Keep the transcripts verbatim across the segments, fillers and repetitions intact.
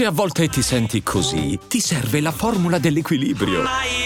Se a volte ti senti così, ti serve la formula dell'equilibrio.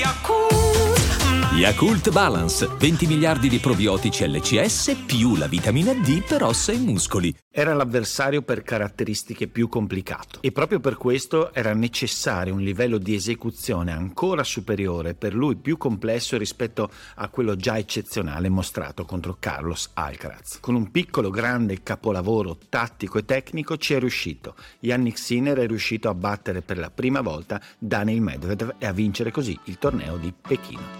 Yakult Balance, venti miliardi di probiotici L C S più la vitamina D per ossa e muscoli. Era l'avversario per caratteristiche più complicato e proprio per questo era necessario un livello di esecuzione ancora superiore, per lui più complesso rispetto a quello già eccezionale mostrato contro Carlos Alcaraz. Con un piccolo grande capolavoro tattico e tecnico ci è riuscito. Jannik Sinner è riuscito a battere per la prima volta Daniil Medvedev e a vincere così il torneo di Pechino.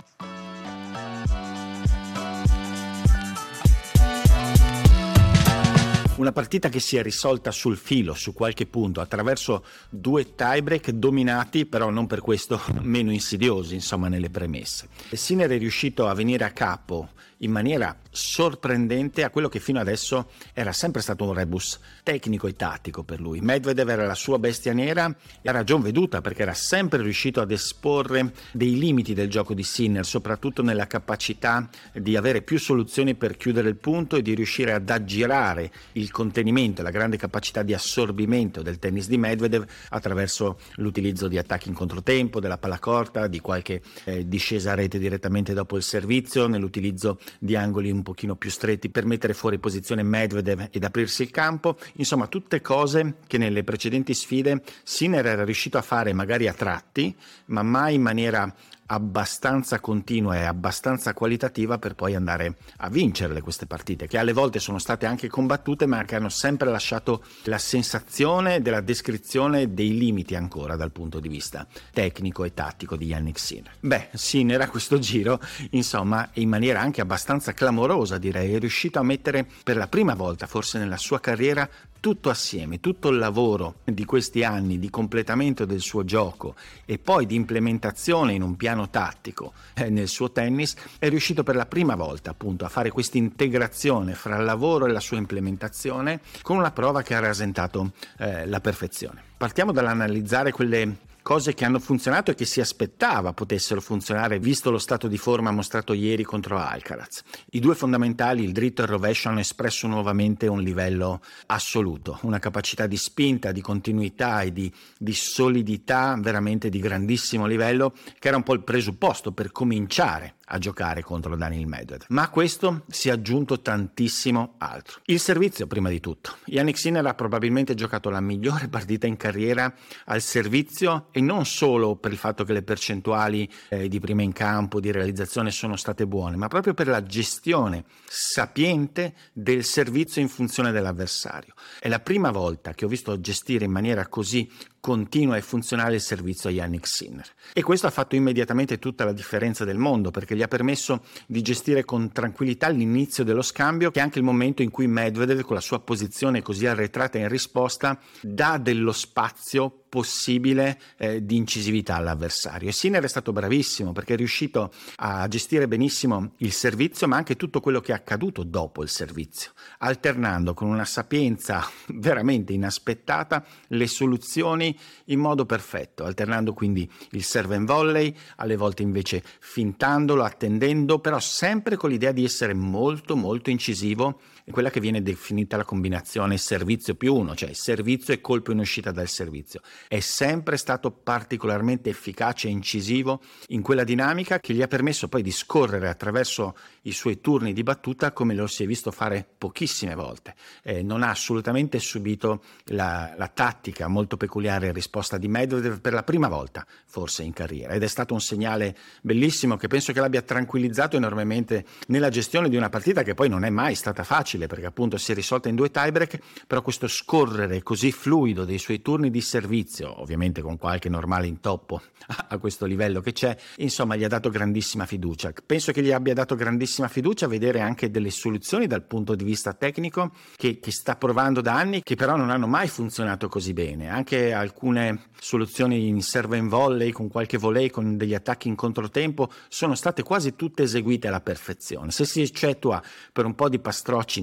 Una partita che si è risolta sul filo, su qualche punto, attraverso due tiebreak dominati, però non per questo meno insidiosi, insomma, nelle premesse. Sinner è riuscito a venire a capo in maniera sorprendente a quello che fino adesso era sempre stato un rebus tecnico e tattico per lui. Medvedev era la sua bestia nera e a ragion veduta, perché era sempre riuscito ad esporre dei limiti del gioco di Sinner, soprattutto nella capacità di avere più soluzioni per chiudere il punto e di riuscire ad aggirare il contenimento, la grande capacità di assorbimento del tennis di Medvedev attraverso l'utilizzo di attacchi in controtempo, della palla corta, di qualche eh, discesa a rete direttamente dopo il servizio, nell'utilizzo di angoli un pochino più stretti per mettere fuori posizione Medvedev ed aprirsi il campo. Insomma, tutte cose che nelle precedenti sfide Sinner era riuscito a fare magari a tratti, ma mai in maniera abbastanza continua e abbastanza qualitativa per poi andare a vincerle queste partite, che alle volte sono state anche combattute ma che hanno sempre lasciato la sensazione della descrizione dei limiti ancora dal punto di vista tecnico e tattico di Jannik Sinner. Beh, Sinner a questo giro, insomma, in maniera anche abbastanza clamorosa, direi, è riuscito a mettere per la prima volta forse nella sua carriera tutto assieme, tutto il lavoro di questi anni di completamento del suo gioco e poi di implementazione in un piano tattico eh, nel suo tennis, è riuscito per la prima volta appunto a fare questa integrazione fra il lavoro e la sua implementazione con una prova che ha rasentato eh, la perfezione. Partiamo dall'analizzare quelle cose che hanno funzionato e che si aspettava potessero funzionare visto lo stato di forma mostrato ieri contro Alcaraz. I due fondamentali, il dritto e il rovescio, hanno espresso nuovamente un livello assoluto, una capacità di spinta, di continuità e di, di solidità veramente di grandissimo livello, che era un po' il presupposto per cominciare a giocare contro Daniil Medvedev. Ma a questo si è aggiunto tantissimo altro. Il servizio, prima di tutto. Jannik Sinner ha probabilmente giocato la migliore partita in carriera al servizio, e non solo per il fatto che le percentuali eh, di prima in campo, di realizzazione sono state buone, ma proprio per la gestione sapiente del servizio in funzione dell'avversario. È la prima volta che ho visto gestire in maniera così continua e funzionale il servizio a Jannik Sinner, e questo ha fatto immediatamente tutta la differenza del mondo, perché gli ha permesso di gestire con tranquillità l'inizio dello scambio, che è anche il momento in cui Medvedev, con la sua posizione così arretrata in risposta, dà dello spazio possibile eh, di incisività all'avversario. E Sinner è stato bravissimo, perché è riuscito a gestire benissimo il servizio, ma anche tutto quello che è accaduto dopo il servizio, alternando con una sapienza veramente inaspettata le soluzioni in modo perfetto, alternando quindi il serve and volley, alle volte invece fintandolo, attendendo, però sempre con l'idea di essere molto molto incisivo in quella che viene definita la combinazione servizio più uno, cioè servizio e colpo in uscita dal servizio. È sempre stato particolarmente efficace e incisivo in quella dinamica che gli ha permesso poi di scorrere attraverso i suoi turni di battuta come lo si è visto fare pochissime volte. Eh, non ha assolutamente subito la, la tattica molto peculiare in risposta di Medvedev per la prima volta forse in carriera, ed è stato un segnale bellissimo che penso che l'abbia tranquillizzato enormemente nella gestione di una partita che poi non è mai stata facile, perché appunto si è risolta in due tiebreak, però questo scorrere così fluido dei suoi turni di servizio, ovviamente con qualche normale intoppo a questo livello che c'è, insomma gli ha dato grandissima fiducia. Penso che gli abbia dato grandissima fiducia vedere anche delle soluzioni dal punto di vista tecnico che, che sta provando da anni, che però non hanno mai funzionato così bene. Anche alcune soluzioni in serve and volley, con qualche volley, con degli attacchi in controtempo, sono state quasi tutte eseguite alla perfezione. Se si eccettua per un po' di pastrocci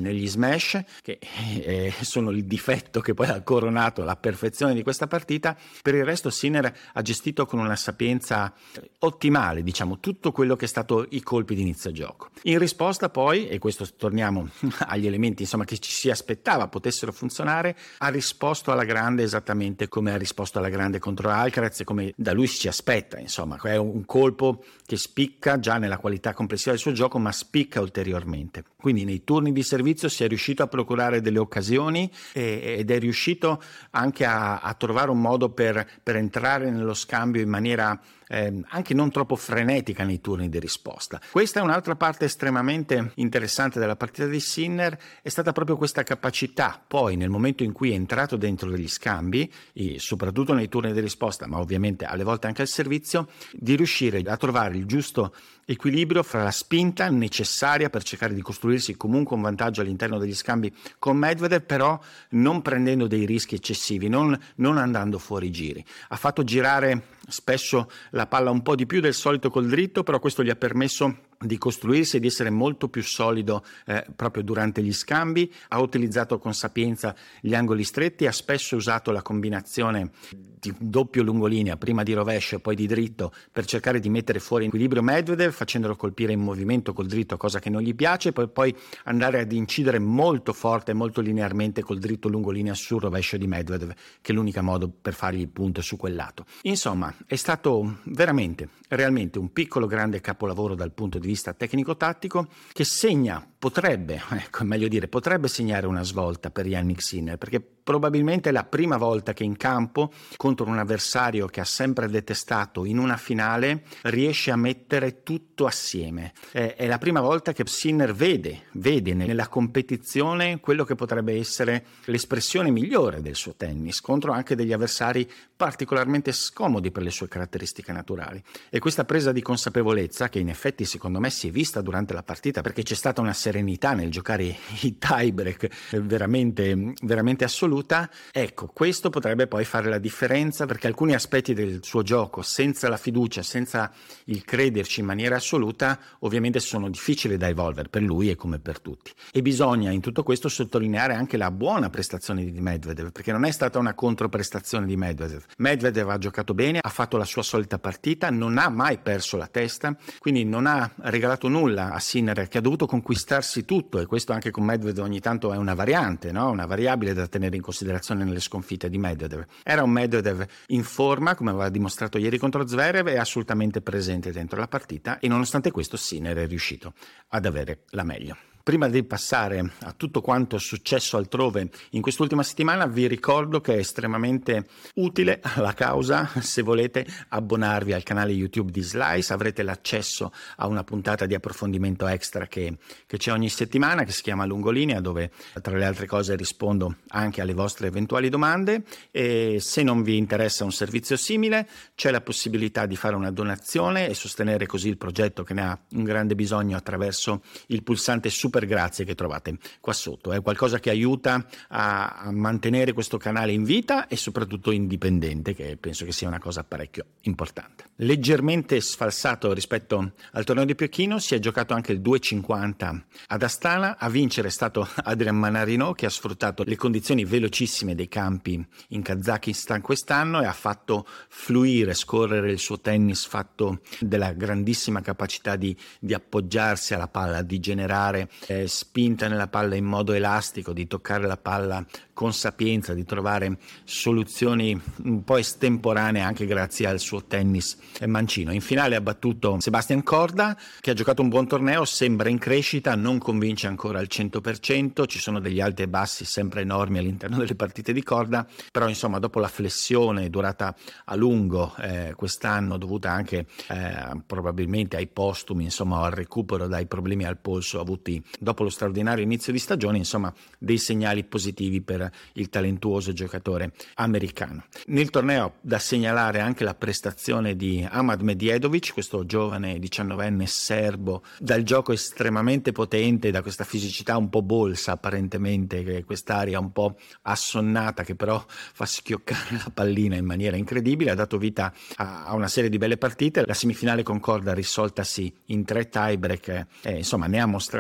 negli smash, che eh, sono il difetto che poi ha coronato la perfezione di questa partita. Per il resto Sinner ha gestito con una sapienza ottimale, diciamo, tutto quello che è stato i colpi di inizio gioco. In risposta poi, e questo torniamo agli elementi insomma che ci si aspettava potessero funzionare, ha risposto alla grande esattamente come ha risposto alla grande contro Alcaraz e come da lui si aspetta, insomma, è un colpo che spicca già nella qualità complessiva del suo gioco, ma spicca ulteriormente. Quindi nei turni di servizio si è riuscito a procurare delle occasioni e, ed è riuscito anche a, a trovare un modo per, per entrare nello scambio in maniera eh, anche non troppo frenetica nei turni di risposta. Questa è un'altra parte estremamente interessante della partita di Sinner, è stata proprio questa capacità poi nel momento in cui è entrato dentro degli scambi, e soprattutto nei turni di risposta, ma ovviamente alle volte anche al servizio, di riuscire a trovare il giusto equilibrio fra la spinta necessaria per cercare di costruirsi comunque un vantaggio all'interno degli scambi con Medvedev, però non prendendo dei rischi eccessivi, non, non andando fuori giri. Ha fatto girare spesso la palla un po' di più del solito col dritto, però questo gli ha permesso di costruirsi e di essere molto più solido eh, proprio durante gli scambi. Ha utilizzato con sapienza gli angoli stretti, ha spesso usato la combinazione di doppio lungolinea, prima di rovescio e poi di dritto, per cercare di mettere fuori in equilibrio Medvedev, facendolo colpire in movimento col dritto, cosa che non gli piace, poi, poi andare ad incidere molto forte e molto linearmente col dritto lungolinea sul rovescio di Medvedev, che è l'unico modo per fargli il punto su quel lato. Insomma, è stato veramente, realmente un piccolo grande capolavoro dal punto di vista tecnico-tattico, che segna, potrebbe, ecco, meglio dire, potrebbe segnare una svolta per Jannik Sinner, perché probabilmente è la prima volta che in campo, contro un avversario che ha sempre detestato, in una finale riesce a mettere tutto assieme. È, è la prima volta che Sinner vede, vede nella competizione quello che potrebbe essere l'espressione migliore del suo tennis, contro anche degli avversari particolarmente scomodi per le sue caratteristiche naturali. E questa presa di consapevolezza, che in effetti secondo me si è vista durante la partita, perché c'è stata una serenità nel giocare i tie-break veramente, veramente assoluta, ecco, questo potrebbe poi fare la differenza, perché alcuni aspetti del suo gioco, senza la fiducia, senza il crederci in maniera assoluta, ovviamente sono difficili da evolvere per lui e come per tutti. E bisogna in tutto questo sottolineare anche la buona prestazione di Medvedev, perché non è stata una controprestazione di Medvedev. Medvedev ha giocato bene, ha fatto la sua solita partita, non ha mai perso la testa, quindi non ha regalato nulla a Sinner, che ha dovuto conquistarsi tutto, e questo anche con Medvedev ogni tanto è una variante, no? Una variabile da tenere in considerazione nelle sconfitte di Medvedev. Era un Medvedev in forma, come aveva dimostrato ieri contro Zverev, e assolutamente presente dentro la partita, e nonostante questo Sinner è riuscito ad avere la meglio. Prima di passare a tutto quanto è successo altrove in quest'ultima settimana, vi ricordo che è estremamente utile alla causa se volete abbonarvi al canale YouTube di Slice. Avrete l'accesso a una puntata di approfondimento extra che, che c'è ogni settimana, che si chiama Lungolinea, dove tra le altre cose rispondo anche alle vostre eventuali domande. E se non vi interessa un servizio simile, c'è la possibilità di fare una donazione e sostenere così il progetto, che ne ha un grande bisogno, attraverso il pulsante super grazie che trovate qua sotto. È qualcosa che aiuta a, a mantenere questo canale in vita e soprattutto indipendente, che penso che sia una cosa parecchio importante. Leggermente sfalsato rispetto al torneo di Pechino, si è giocato anche il due cinquanta ad Astana. A vincere è stato Adrian Manarino, che ha sfruttato le condizioni velocissime dei campi in Kazakistan quest'anno e ha fatto fluire, scorrere il suo tennis, fatto della grandissima capacità di, di appoggiarsi alla palla, di generare Eh, spinta nella palla in modo elastico, di toccare la palla con sapienza, di trovare soluzioni un po' estemporanee anche grazie al suo tennis mancino. In finale ha battuto Sebastian Korda, che ha giocato un buon torneo, sembra in crescita, non convince ancora al cento per cento, ci sono degli alti e bassi sempre enormi all'interno delle partite di Korda, però insomma dopo la flessione durata a lungo eh, quest'anno, dovuta anche eh, probabilmente ai postumi, insomma al recupero dai problemi al polso avuti dopo lo straordinario inizio di stagione, insomma dei segnali positivi per il talentuoso giocatore americano. Nel torneo da segnalare anche la prestazione di Amad Medjedovic, questo giovane diciannovenne serbo, dal gioco estremamente potente, da questa fisicità un po' bolsa apparentemente, che quest'aria un po' assonnata che però fa schioccare la pallina in maniera incredibile. Ha dato vita a, a una serie di belle partite. La semifinale con Korda risoltasi in tre tie break, eh, insomma ne ha mostrato le qualità.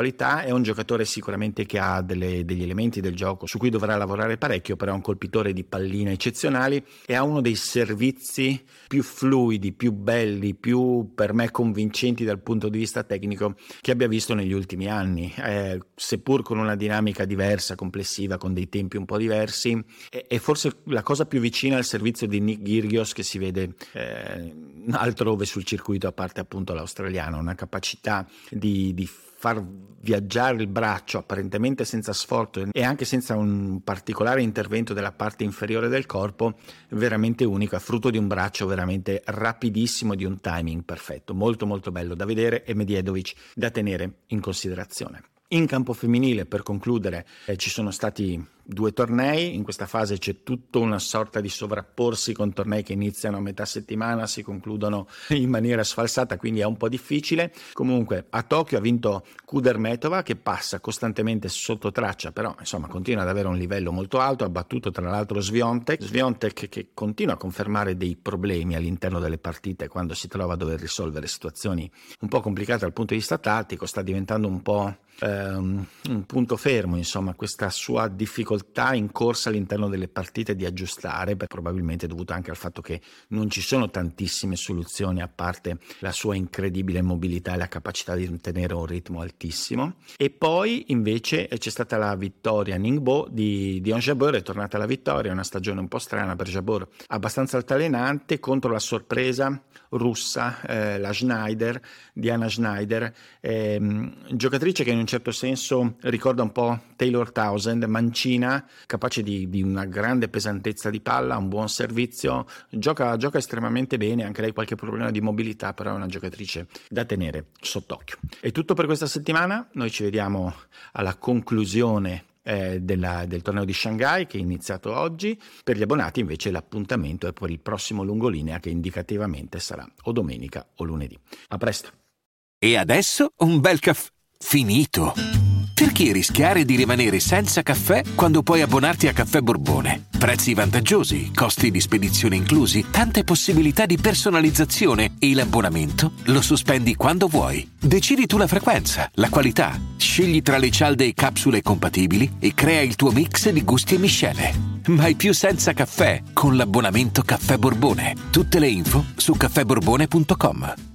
regolarità. È un giocatore sicuramente che ha delle, degli elementi del gioco su cui dovrà lavorare parecchio, però è un colpitore di pallina eccezionali e ha uno dei servizi più fluidi, più belli, più per me convincenti dal punto di vista tecnico che abbia visto negli ultimi anni, eh, seppur con una dinamica diversa, complessiva, con dei tempi un po' diversi. È, è forse la cosa più vicina al servizio di Nick Kyrgios che si vede eh, altrove sul circuito, a parte appunto l'australiano, una capacità di, di far viaggiare il braccio apparentemente senza sforzo e anche senza un particolare intervento della parte inferiore del corpo veramente unico, è frutto di un braccio veramente rapidissimo, di un timing perfetto, molto molto bello da vedere e Medjedovic da tenere in considerazione. In campo femminile, per concludere, eh, ci sono stati due tornei. In questa fase c'è tutta una sorta di sovrapporsi con tornei che iniziano a metà settimana, si concludono in maniera sfalsata, quindi è un po' difficile. Comunque a Tokyo ha vinto Kudermetova, che passa costantemente sotto traccia, però insomma continua ad avere un livello molto alto. Ha battuto tra l'altro Swiatek, Swiatek che continua a confermare dei problemi all'interno delle partite quando si trova a dover risolvere situazioni un po' complicate dal punto di vista tattico. Sta diventando un po' Um, un punto fermo, insomma, questa sua difficoltà in corsa all'interno delle partite di aggiustare, probabilmente dovuta anche al fatto che non ci sono tantissime soluzioni a parte la sua incredibile mobilità e la capacità di tenere un ritmo altissimo. E poi invece c'è stata la vittoria Ningbo di, di Ons Jabeur, è tornata la vittoria, una stagione un po' strana per Jabeur, abbastanza altalenante, contro la sorpresa russa, eh, la Schneider, Diana Schneider, eh, giocatrice che in un certo senso ricorda un po' Taylor Townsend, mancina, capace di, di una grande pesantezza di palla, un buon servizio, gioca, gioca estremamente bene, anche lei qualche problema di mobilità, però è una giocatrice da tenere sott'occhio. È tutto per questa settimana, noi ci vediamo alla conclusione Eh, della, del torneo di Shanghai che è iniziato oggi. Per gli abbonati invece l'appuntamento è per il prossimo lungolinea che indicativamente sarà o domenica o lunedì. A presto. E adesso un bel caffè finito. Perché rischiare di rimanere senza caffè quando puoi abbonarti a Caffè Borbone? Prezzi vantaggiosi, costi di spedizione inclusi, tante possibilità di personalizzazione e l'abbonamento lo sospendi quando vuoi. Decidi tu la frequenza, la qualità, scegli tra le cialde e capsule compatibili e crea il tuo mix di gusti e miscele. Mai più senza caffè con l'abbonamento Caffè Borbone. Tutte le info su caffè borbone punto com.